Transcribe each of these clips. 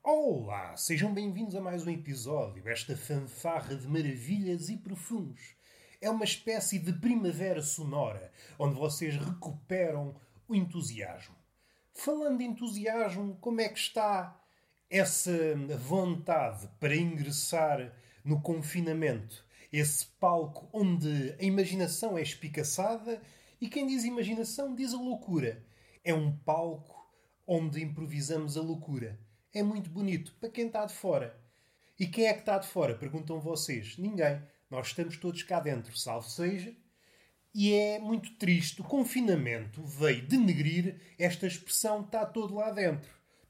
Olá, sejam bem-vindos a mais um episódio. Esta fanfarra de maravilhas e profusos. É uma espécie de primavera sonora, onde vocês recuperam o entusiasmo. Falando de entusiasmo, como é que está essa vontade para ingressar no confinamento? Esse palco onde a imaginação é espicaçada e quem diz imaginação diz a loucura. É um palco onde improvisamos a loucura. É muito bonito para quem está de fora. E quem é que está de fora? Perguntam vocês. Ninguém. Nós estamos todos cá dentro, salvo seja. E é muito triste. O confinamento veio denegrir esta expressão está todo lá dentro.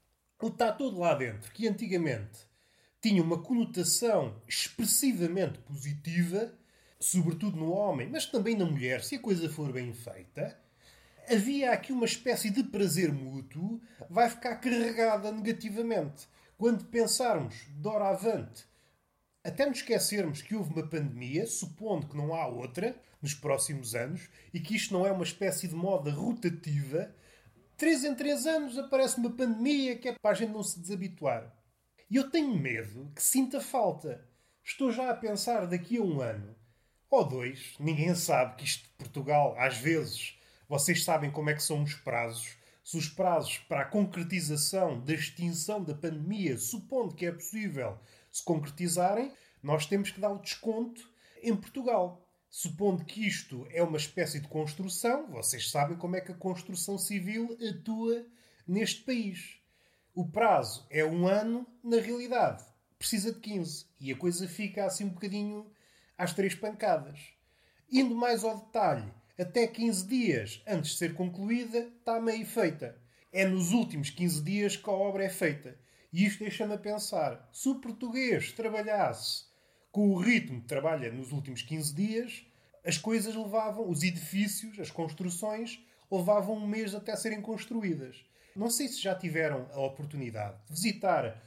O está todo lá dentro, que antigamente tinha uma conotação expressivamente positiva, sobretudo no homem, mas também na mulher, se a coisa for bem feita, havia aqui uma espécie de prazer mútuo, vai ficar carregada negativamente. Quando pensarmos doravante, até nos esquecermos que houve uma pandemia, supondo que não há outra nos próximos anos, e que isto não é uma espécie de moda rotativa, 3 em 3 anos aparece uma pandemia que é para a gente não se desabituar. E eu tenho medo que sinta falta. Estou já a pensar daqui a um ano ou dois, ninguém sabe que isto de Portugal, às vezes, vocês sabem como é que são os prazos. Se os prazos para a concretização da extinção da pandemia, supondo que é possível, se concretizarem, nós temos que dar o desconto em Portugal. Supondo que isto é uma espécie de construção, vocês sabem como é que a construção civil atua neste país. O prazo é um ano, na realidade, precisa de 15. E a coisa fica assim um bocadinho às três pancadas. Indo mais ao detalhe, até 15 dias antes de ser concluída, está meio feita. É nos últimos 15 dias que a obra é feita. E isto deixa-me a pensar, se o português trabalhasse com o ritmo que trabalha nos últimos 15 dias, as coisas levavam, os edifícios, as construções, levavam um mês até serem construídas. Não sei se já tiveram a oportunidade de visitar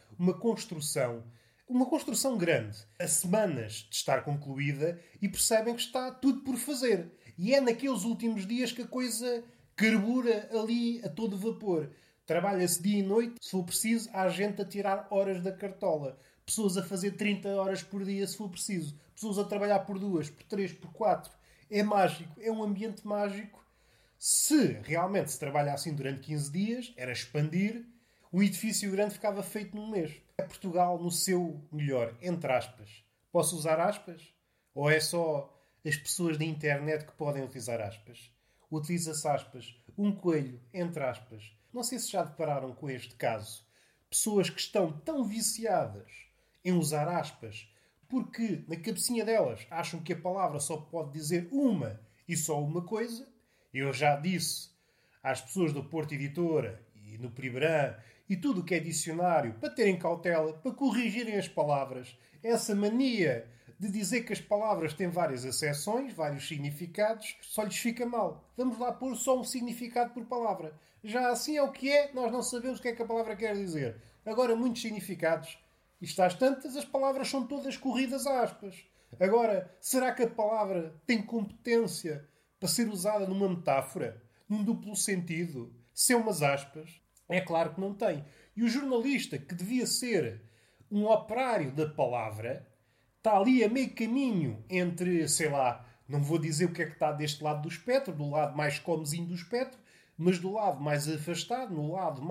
uma construção grande, a semanas de estar concluída, e percebem que está tudo por fazer. E é naqueles últimos dias que a coisa carbura ali a todo vapor. Trabalha-se dia e noite, se for preciso, há gente a tirar horas da cartola. Pessoas a fazer 30 horas por dia, se for preciso. Pessoas a trabalhar por 2, por 3, por 4. É mágico, é um ambiente mágico. Se realmente se trabalha assim durante 15 dias, era expandir, o edifício grande ficava feito num mês. É Portugal no seu melhor, entre aspas. Posso usar aspas? Ou é só as pessoas da internet que podem utilizar aspas? Utiliza-se aspas. Um coelho, entre aspas. Não sei se já depararam com este caso. Pessoas que estão tão viciadas em usar aspas porque na cabecinha delas acham que a palavra só pode dizer uma e só uma coisa. Eu já disse às pessoas do Porto Editora e no Primeirão e tudo o que é dicionário para terem cautela, para corrigirem as palavras. Essa mania de dizer que as palavras têm várias acessões, vários significados, só lhes fica mal. Vamos lá pôr só um significado por palavra. Já assim é o que é, nós não sabemos o que é que a palavra quer dizer. Agora, muitos significados. Isto às tantas, as palavras são todas corridas a aspas. Agora, será que a palavra tem competência para ser usada numa metáfora? Num duplo sentido? Sem umas aspas? É claro que não tem. E o jornalista, que devia ser um operário da palavra, está ali a meio caminho entre, sei lá, não vou dizer o que é que está deste lado do espectro, do lado mais comezinho do espectro, mas do lado mais afastado, no lado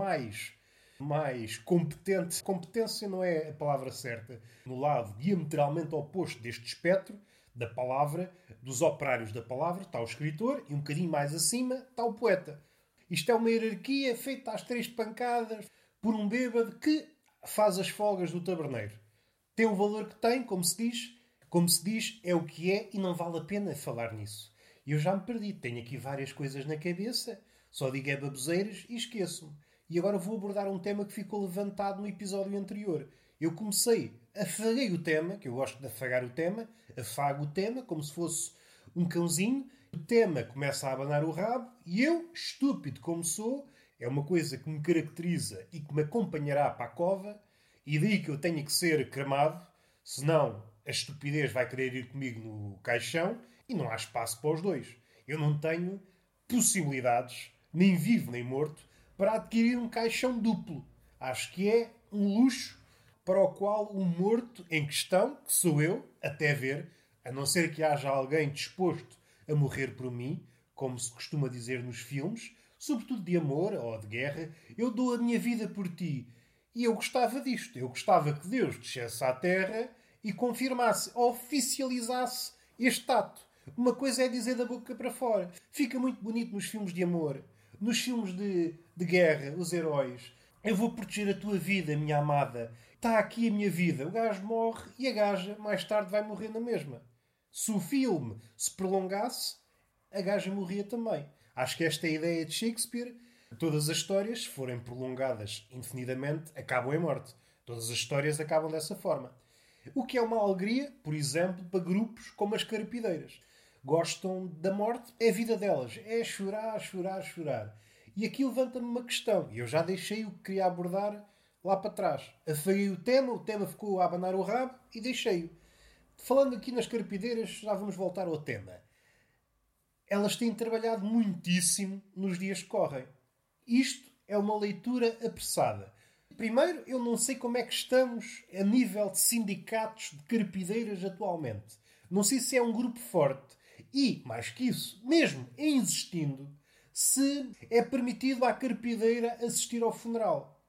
mais competente. Competência não é a palavra certa. No lado diametralmente oposto deste espectro, da palavra, dos operários da palavra, está o escritor e um bocadinho mais acima está o poeta. Isto é uma hierarquia feita às três pancadas por um bêbado que faz as folgas do taberneiro. Tem o valor que tem, como se diz. Como se diz, é o que é e não vale a pena falar nisso. E eu já me perdi. Tenho aqui várias coisas na cabeça. Só digo é baboseiras e esqueço-me. E agora vou abordar um tema que ficou levantado no episódio anterior. Eu afaguei o tema, que eu gosto de afagar o tema, afago o tema como se fosse um cãozinho. O tema começa a abanar o rabo e eu, estúpido como sou, é uma coisa que me caracteriza e que me acompanhará para a cova, e daí que eu tenho que ser cremado, senão a estupidez vai querer ir comigo no caixão e não há espaço para os dois. Eu não tenho possibilidades, nem vivo nem morto, para adquirir um caixão duplo. Acho que é um luxo para o qual o morto em questão, que sou eu, até ver, a não ser que haja alguém disposto a morrer por mim, como se costuma dizer nos filmes, sobretudo de amor ou de guerra, eu dou a minha vida por ti. E eu gostava disto. Eu gostava que Deus descesse à terra e confirmasse, oficializasse este ato. Uma coisa é dizer da boca para fora. Fica muito bonito nos filmes de amor, nos filmes de guerra, os heróis. Eu vou proteger a tua vida, minha amada. Está aqui a minha vida. O gajo morre e a gaja mais tarde vai morrer na mesma. Se o filme se prolongasse, a gaja morria também. Acho que esta é a ideia de Shakespeare. Todas as histórias, se forem prolongadas indefinidamente, acabam em morte. Todas as histórias acabam dessa forma. O que é uma alegria, por exemplo, para grupos como as Carpideiras. Gostam da morte, é a vida delas. É chorar, chorar, chorar. E aqui levanta-me uma questão. E eu já deixei o que queria abordar lá para trás. Afaguei o tema ficou a abanar o rabo e deixei-o. Falando aqui nas Carpideiras, já vamos voltar ao tema. Elas têm trabalhado muitíssimo nos dias que correm. Isto é uma leitura apressada. Primeiro, eu não sei como é que estamos a nível de sindicatos de carpideiras atualmente. Não sei se é um grupo forte. E, mais que isso, mesmo em existindo, se é permitido à carpideira assistir ao funeral.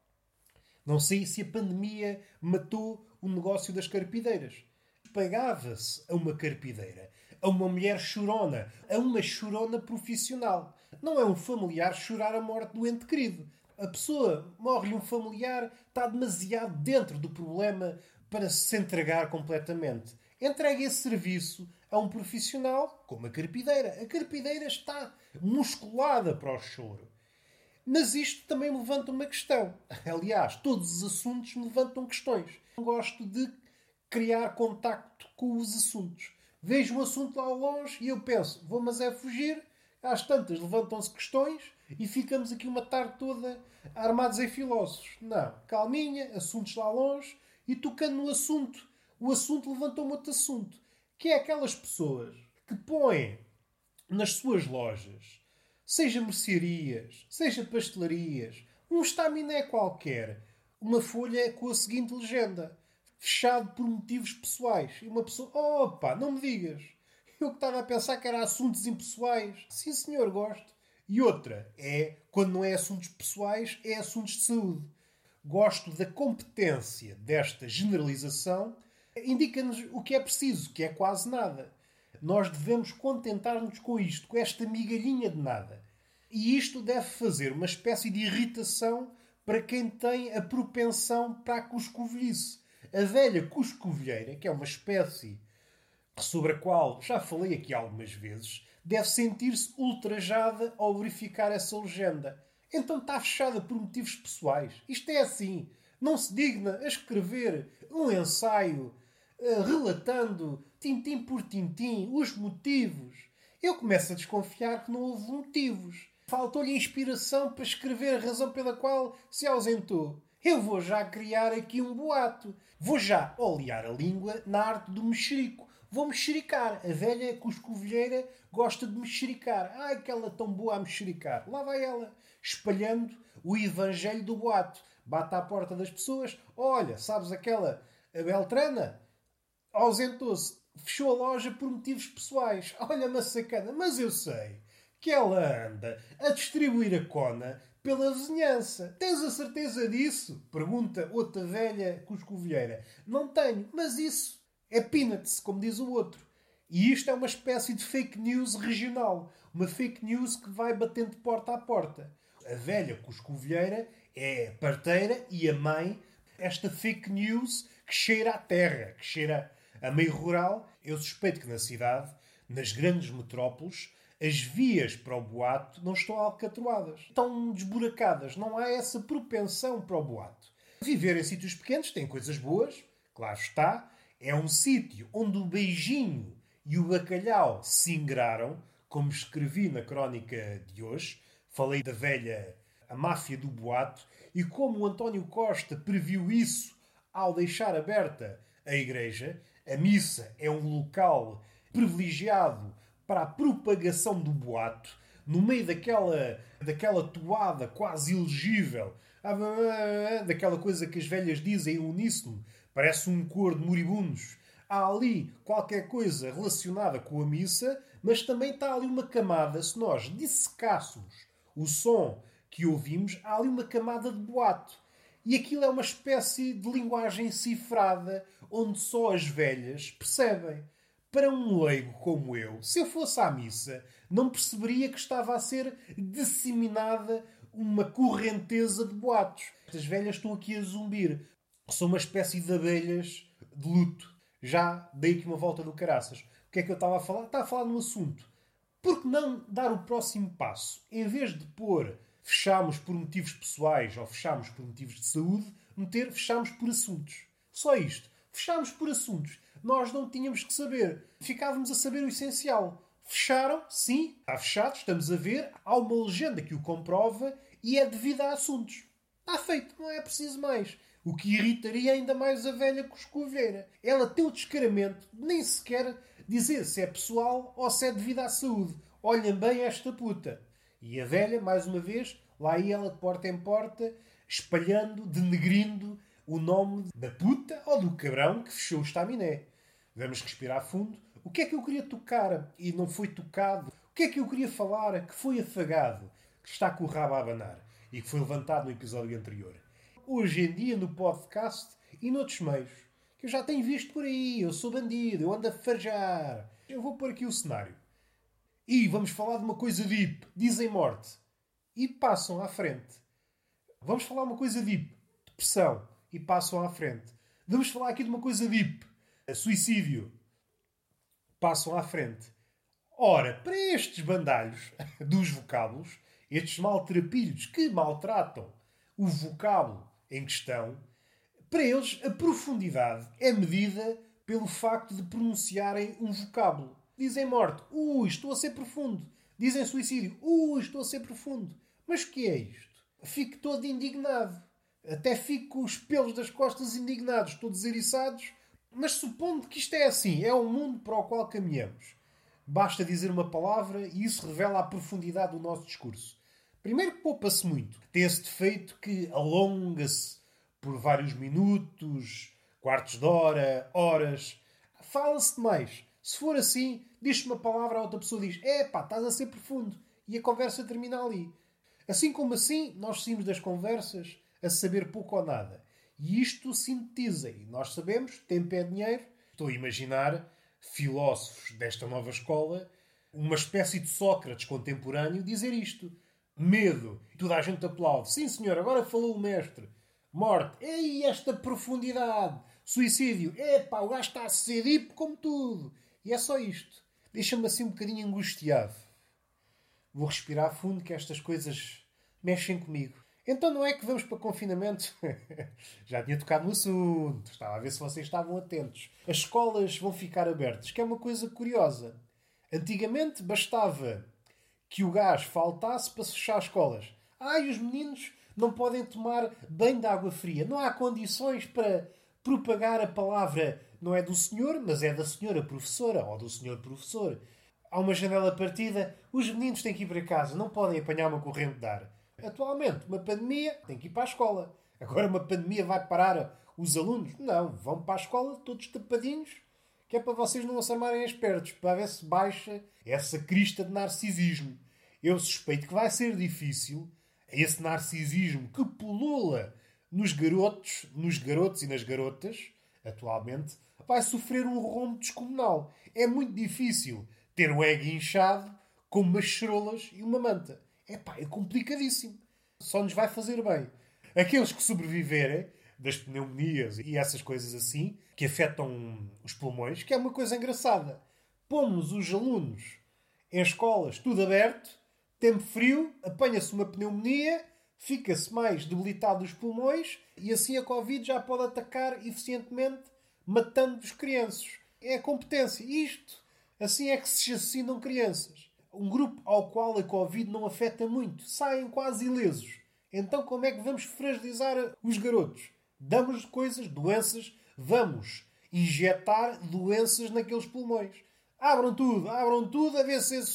Não sei se a pandemia matou o negócio das carpideiras. Pagava-se a uma carpideira, a uma mulher chorona, a uma chorona profissional. Não é um familiar chorar a morte do ente querido. A pessoa morre um familiar, está demasiado dentro do problema para se entregar completamente. Entregue esse serviço a um profissional como a carpideira. A carpideira está musculada para o choro. Mas isto também me levanta uma questão. Aliás, todos os assuntos me levantam questões. Eu gosto de criar contacto com os assuntos. Vejo um assunto lá ao longe e eu penso, vou mas é fugir. Às tantas levantam-se questões e ficamos aqui uma tarde toda armados em filósofos. Não, calminha, assuntos lá longe e tocando no assunto. O assunto levantou-me outro assunto. Que é aquelas pessoas que põem nas suas lojas, seja mercearias, seja pastelarias, um estaminé qualquer, uma folha com a seguinte legenda: fechado por motivos pessoais. E uma pessoa, opa, não me digas. Eu que estava a pensar que era assuntos impessoais. Sim, senhor, gosto. E outra é, quando não é assuntos pessoais, é assuntos de saúde. Gosto da competência desta generalização. Indica-nos o que é preciso, que é quase nada. Nós devemos contentar-nos com isto, com esta migalhinha de nada. E isto deve fazer uma espécie de irritação para quem tem a propensão para a cuscovilhice. A velha cuscovilheira, que é uma espécie sobre a qual já falei aqui algumas vezes, deve sentir-se ultrajada ao verificar essa legenda. Então está fechada por motivos pessoais. Isto é assim. Não se digna a escrever um ensaio relatando, tintim por tintim, os motivos. Eu começo a desconfiar que não houve motivos. Faltou-lhe inspiração para escrever a razão pela qual se ausentou. Eu vou já criar aqui um boato. Vou já olear a língua na arte do mexerico. Vou mexericar. A velha cuscovilheira gosta de mexericar. Ai, que ela é tão boa a mexericar. Lá vai ela, espalhando o evangelho do boato. Bate à porta das pessoas. Olha, sabes aquela a Beltrana? Ausentou-se. Fechou a loja por motivos pessoais. Olha-me a sacana. Mas eu sei que ela anda a distribuir a cona pela vizinhança. Tens a certeza disso? Pergunta outra velha cuscovilheira. Não tenho, mas isso é peanuts, como diz o outro. E isto é uma espécie de fake news regional. Uma fake news que vai batendo de porta a porta. A velha cuscovilheira é a parteira e a mãe. Esta fake news que cheira à terra, que cheira a meio rural. Eu suspeito que na cidade, nas grandes metrópoles, as vias para o boato não estão alcatroadas. Estão desburacadas. Não há essa propensão para o boato. Viver em sítios pequenos tem coisas boas, claro está. É um sítio onde o beijinho e o bacalhau se ingraram, como escrevi na crónica de hoje. Falei da velha, a máfia do boato, e como o António Costa previu isso ao deixar aberta a igreja. A missa é um local privilegiado para a propagação do boato. no meio daquela toada quase ilegível, daquela coisa que as velhas dizem em uníssono, parece um coro de moribundos. Há ali qualquer coisa relacionada com a missa, mas também está ali uma camada, se nós dissecássemos o som que ouvimos, há ali uma camada de boato. E aquilo é uma espécie de linguagem cifrada, onde só as velhas percebem. Para um leigo como eu, se eu fosse à missa, não perceberia que estava a ser disseminada uma correnteza de boatos. As velhas estão aqui a zumbir. São uma espécie de abelhas de luto. Já dei aqui uma volta do caraças. O que é que eu estava a falar? Estava a falar num assunto. Por que não dar o próximo passo? Em vez de pôr fechamos por motivos pessoais ou fechamos por motivos de saúde, meter fechamos por assuntos. Só isto. Fechamos por assuntos. Nós não tínhamos que saber. Ficávamos a saber o essencial. Fecharam? Sim. Está fechado. Estamos a ver. Há uma legenda que o comprova e é devido a assuntos. Está feito. Não é preciso mais. O que irritaria ainda mais a velha coscoveira. Ela tem o descaramento de nem sequer dizer se é pessoal ou se é devido à saúde. Olhem bem esta puta. E a velha, mais uma vez, lá ia ela de porta em porta, espalhando, denegrindo o nome da puta ou do cabrão que fechou o estaminé. Vamos respirar fundo. O que é que eu queria tocar e não foi tocado? O que é que eu queria falar que foi afagado? Que está com o rabo a abanar e que foi levantado no episódio anterior. Hoje em dia, no podcast e noutros meios, que eu já tenho visto por aí, eu sou bandido, eu ando a farejar. Eu vou pôr aqui o cenário. E vamos falar de uma coisa deep. Dizem morte. E passam à frente. Vamos falar uma coisa deep. Depressão. E passam à frente. Vamos falar aqui de uma coisa deep. Suicídio. Passam à frente. Ora, para estes bandalhos dos vocábulos, estes maltrapilhos que maltratam o vocábulo em questão, para eles a profundidade é medida pelo facto de pronunciarem um vocábulo. Dizem morte. Estou a ser profundo. Dizem suicídio. Estou a ser profundo. Mas o que é isto? Fico todo indignado. Até fico com os pelos das costas indignados, todos eriçados. Mas supondo que isto é assim, é o mundo para o qual caminhamos. Basta dizer uma palavra e isso revela a profundidade do nosso discurso. Primeiro que poupa-se muito. Tem esse defeito que alonga-se por vários minutos, quartos de hora, horas. Fala-se demais. Se for assim, diz-se uma palavra, a outra pessoa diz estás a ser profundo. E a conversa termina ali. Assim como assim, nós saímos das conversas a saber pouco ou nada. E isto sintetiza. E nós sabemos, tempo é dinheiro. Estou a imaginar filósofos desta nova escola, uma espécie de Sócrates contemporâneo, dizer isto. Medo. Toda a gente aplaude. Sim, senhor, agora falou o mestre. Morte. Ei, esta profundidade. Suicídio. O gajo está a ser deep como tudo. E é só isto. Deixa-me assim um bocadinho angustiado. Vou respirar fundo que estas coisas mexem comigo. Então não é que vamos para confinamento? Já tinha tocado no assunto. Estava a ver se vocês estavam atentos. As escolas vão ficar abertas, que é uma coisa curiosa. Antigamente bastava que o gás faltasse para se fechar as escolas. E os meninos não podem tomar banho de água fria. Não há condições para propagar a palavra. Não é do senhor, mas é da senhora professora ou do senhor professor. Há uma janela partida. Os meninos têm que ir para casa. Não podem apanhar uma corrente de ar. Atualmente, uma pandemia, tem que ir para a escola. Agora uma pandemia vai parar os alunos? Não, vão para a escola todos tapadinhos, que é para vocês não se armarem espertos, para ver se baixa essa crista de narcisismo. Eu suspeito que vai ser difícil esse narcisismo que pulula nos garotos e nas garotas, atualmente, vai sofrer um rombo descomunal. É muito difícil ter o ego inchado com umas charolas e uma manta. É complicadíssimo. Só nos vai fazer bem. Aqueles que sobreviverem das pneumonias e essas coisas assim, que afetam os pulmões, que é uma coisa engraçada. Pomos os alunos em escolas, tudo aberto, tempo frio, apanha-se uma pneumonia, fica-se mais debilitado os pulmões e assim a Covid já pode atacar eficientemente, matando os crianças. É a competência. Isto, assim é que se assassinam crianças. Um grupo ao qual a Covid não afeta muito. Saem quase ilesos. Então como é que vamos fragilizar os garotos? Damos coisas, doenças, vamos injetar doenças naqueles pulmões. Abram tudo, a ver se esses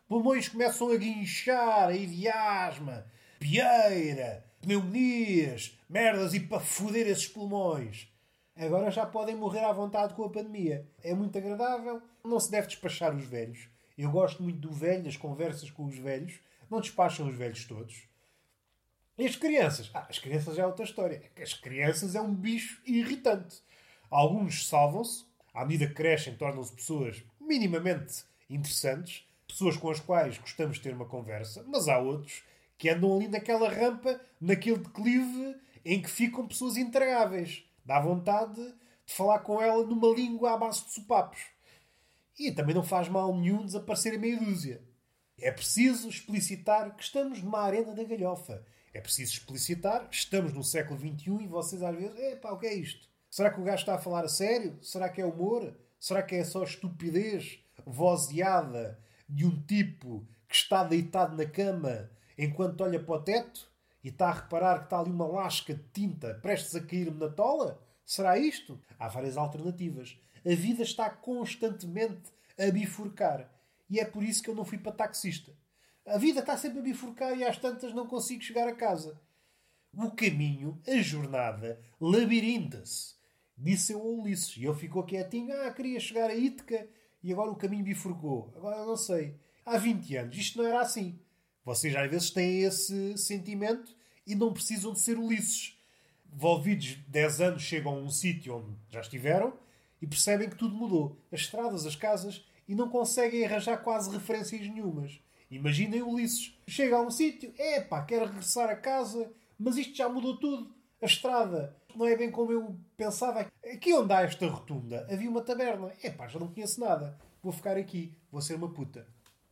pulmões começam a guinchar, aí de asma, pieira, pneumonias, merdas e para foder esses pulmões. Agora já podem morrer à vontade com a pandemia. É muito agradável, não se deve despachar os velhos. Eu gosto muito do velho, das conversas com os velhos. Não despacham os velhos todos. E as crianças? As crianças é outra história. As crianças é um bicho irritante. Alguns salvam-se, à medida que crescem, tornam-se pessoas minimamente interessantes, pessoas com as quais gostamos de ter uma conversa, mas há outros que andam ali naquela rampa, naquele declive em que ficam pessoas intragáveis. Dá vontade de falar com ela numa língua à base de sopapos. E também não faz mal nenhum desaparecer a meia dúzia. É preciso explicitar que estamos numa arena da galhofa. É preciso explicitar que estamos no século XXI e vocês às vezes... Epá, o que é isto? Será que o gajo está a falar a sério? Será que é humor? Será que é só estupidez vozeada de um tipo que está deitado na cama enquanto olha para o teto e está a reparar que está ali uma lasca de tinta prestes a cair-me na tola? Será isto? Há várias alternativas. A vida está constantemente a bifurcar. E é por isso que eu não fui para taxista. A vida está sempre a bifurcar e às tantas não consigo chegar a casa. O caminho, a jornada, labirinta-se. Disse eu ao Ulisses. E ele ficou quietinho. Queria chegar a Ítaca e agora o caminho bifurcou. Agora eu não sei. Há 20 anos isto não era assim. Vocês às vezes têm esse sentimento e não precisam de ser Ulisses. Envolvidos 10 anos chegam a um sítio onde já estiveram e percebem que tudo mudou. As estradas, as casas, e não conseguem arranjar quase referências nenhumas. Imaginem Ulisses. Chega a um sítio, quero regressar a casa, mas isto já mudou tudo. A estrada não é bem como eu pensava. Aqui onde há esta rotunda havia uma taberna. Já não conheço nada. Vou ficar aqui. Vou ser uma puta.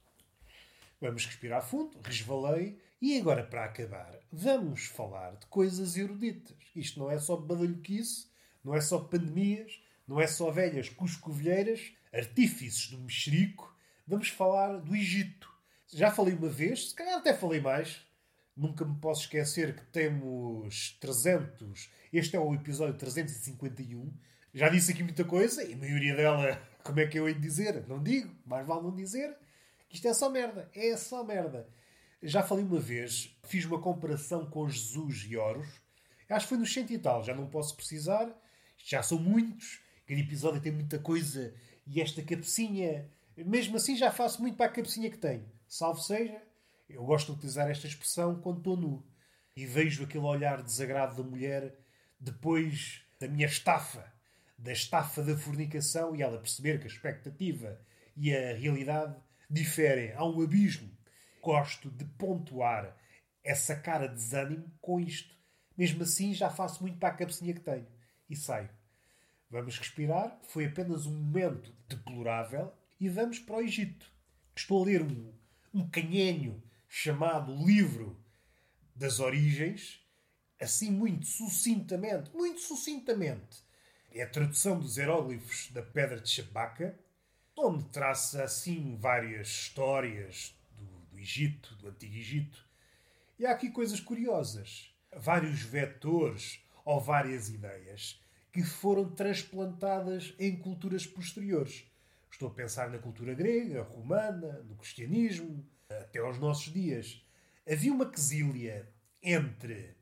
Vamos respirar fundo, resvalei. E agora, para acabar, vamos falar de coisas eruditas. Isto não é só badalhoquice, não é só pandemias, não é só velhas cuscovilheiras, artífices do mexerico. Vamos falar do Egito. Já falei uma vez, se calhar até falei mais. Nunca me posso esquecer que temos 300. Este é o episódio 351. Já disse aqui muita coisa e a maioria dela, como é que eu hei de dizer? Não digo, mais vale não dizer. Isto é só merda. É só merda. Já falei uma vez, fiz uma comparação com Jesus e Horus. Acho que foi nos 100 e tal, já não posso precisar. Isto já são muitos. Cada episódio tem muita coisa. E esta cabecinha, mesmo assim já faço muito para a cabecinha que tenho. Salvo seja, eu gosto de utilizar esta expressão quando estou nu. E vejo aquele olhar de desagrado da mulher depois da minha estafa. Da estafa da fornicação e ela perceber que a expectativa e a realidade diferem. Há um abismo. Gosto de pontuar essa cara de desânimo com isto. Mesmo assim, já faço muito para a cabecinha que tenho. E saio. Vamos respirar. Foi apenas um momento deplorável. E vamos para o Egito. Estou a ler um canhenho chamado Livro das Origens. Assim, muito sucintamente. Muito sucintamente. É a tradução dos hieróglifos da Pedra de Chabaca, onde traça, assim, várias histórias do Egito, do Antigo Egito. E há aqui coisas curiosas. Vários vetores ou várias ideias que foram transplantadas em culturas posteriores. Estou a pensar na cultura grega, romana, no cristianismo, até aos nossos dias. Havia uma quesília entre...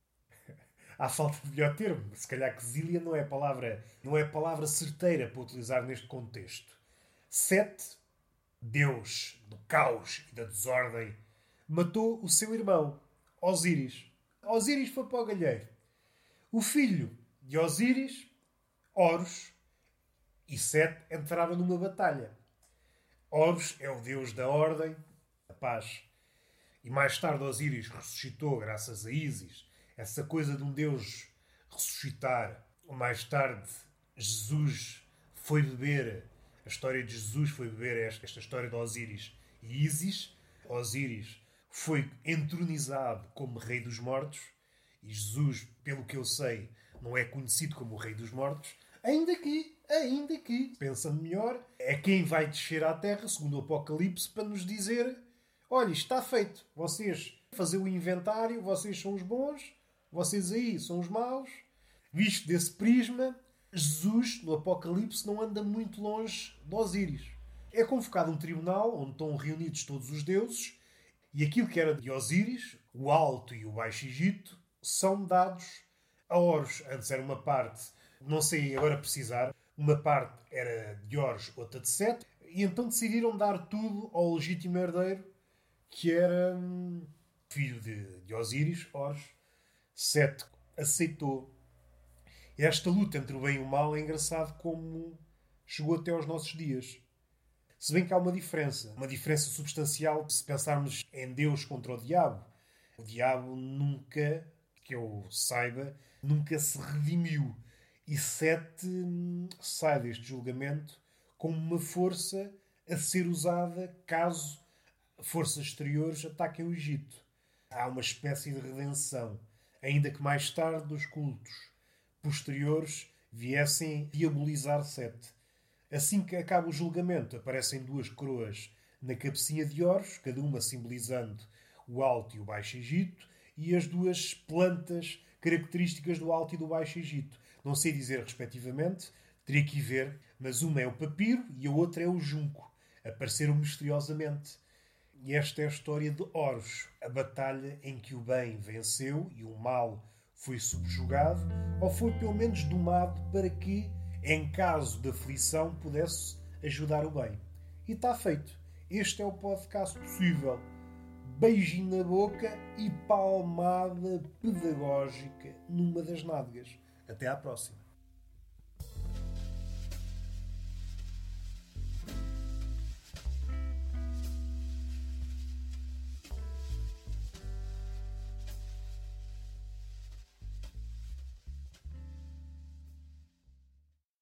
Há falta de melhor termo. Se calhar quesília não é palavra certeira para utilizar neste contexto. Sete, Deus do caos e da desordem, matou o seu irmão, Osíris. Osíris foi para o galheiro. O filho de Osíris, Horus, e Sete entraram numa batalha. Horus é o deus da ordem, da paz. E mais tarde Osíris ressuscitou graças a Ísis. Essa coisa de um deus ressuscitar. Mais tarde Jesus foi beber... A história de Jesus foi beber esta história de Osíris e Ísis. Osíris foi entronizado como rei dos mortos. E Jesus, pelo que eu sei, não é conhecido como o rei dos mortos. Ainda que, pensando melhor, é quem vai descer à terra, segundo o Apocalipse, para nos dizer: olha, isto está feito. Vocês fazer o inventário, vocês são os bons, vocês aí são os maus. Visto desse prisma, Jesus, no Apocalipse, não anda muito longe de Osíris. É convocado um tribunal onde estão reunidos todos os deuses e aquilo que era de Osíris, o Alto e o Baixo Egito, são dados a Horus. Antes era uma parte, não sei agora precisar, uma parte era de Horus, outra de Sete, e então decidiram dar tudo ao legítimo herdeiro, que era filho de Osíris, Horus. Sete aceitou. Esta luta entre o bem e o mal é engraçado como chegou até aos nossos dias. Se bem que há uma diferença substancial se pensarmos em Deus contra o diabo. O diabo nunca, que eu saiba, nunca se redimiu. E Sete sai deste julgamento como uma força a ser usada caso forças exteriores ataquem o Egito. Há uma espécie de redenção, ainda que mais tarde os cultos posteriores viessem diabolizar Sete. Assim que acaba o julgamento, aparecem duas coroas na cabecinha de Horus, cada uma simbolizando o Alto e o Baixo Egito, e as duas plantas características do Alto e do Baixo Egito. Não sei dizer respectivamente, teria que ir ver, mas uma é o papiro e a outra é o junco. Apareceram misteriosamente. E esta é a história de Horus, a batalha em que o bem venceu e o mal foi subjugado, ou foi pelo menos domado para que, em caso de aflição, pudesse ajudar o bem. E está feito. Este é o podcast possível. Beijinho na boca e palmada pedagógica numa das nádegas. Até à próxima.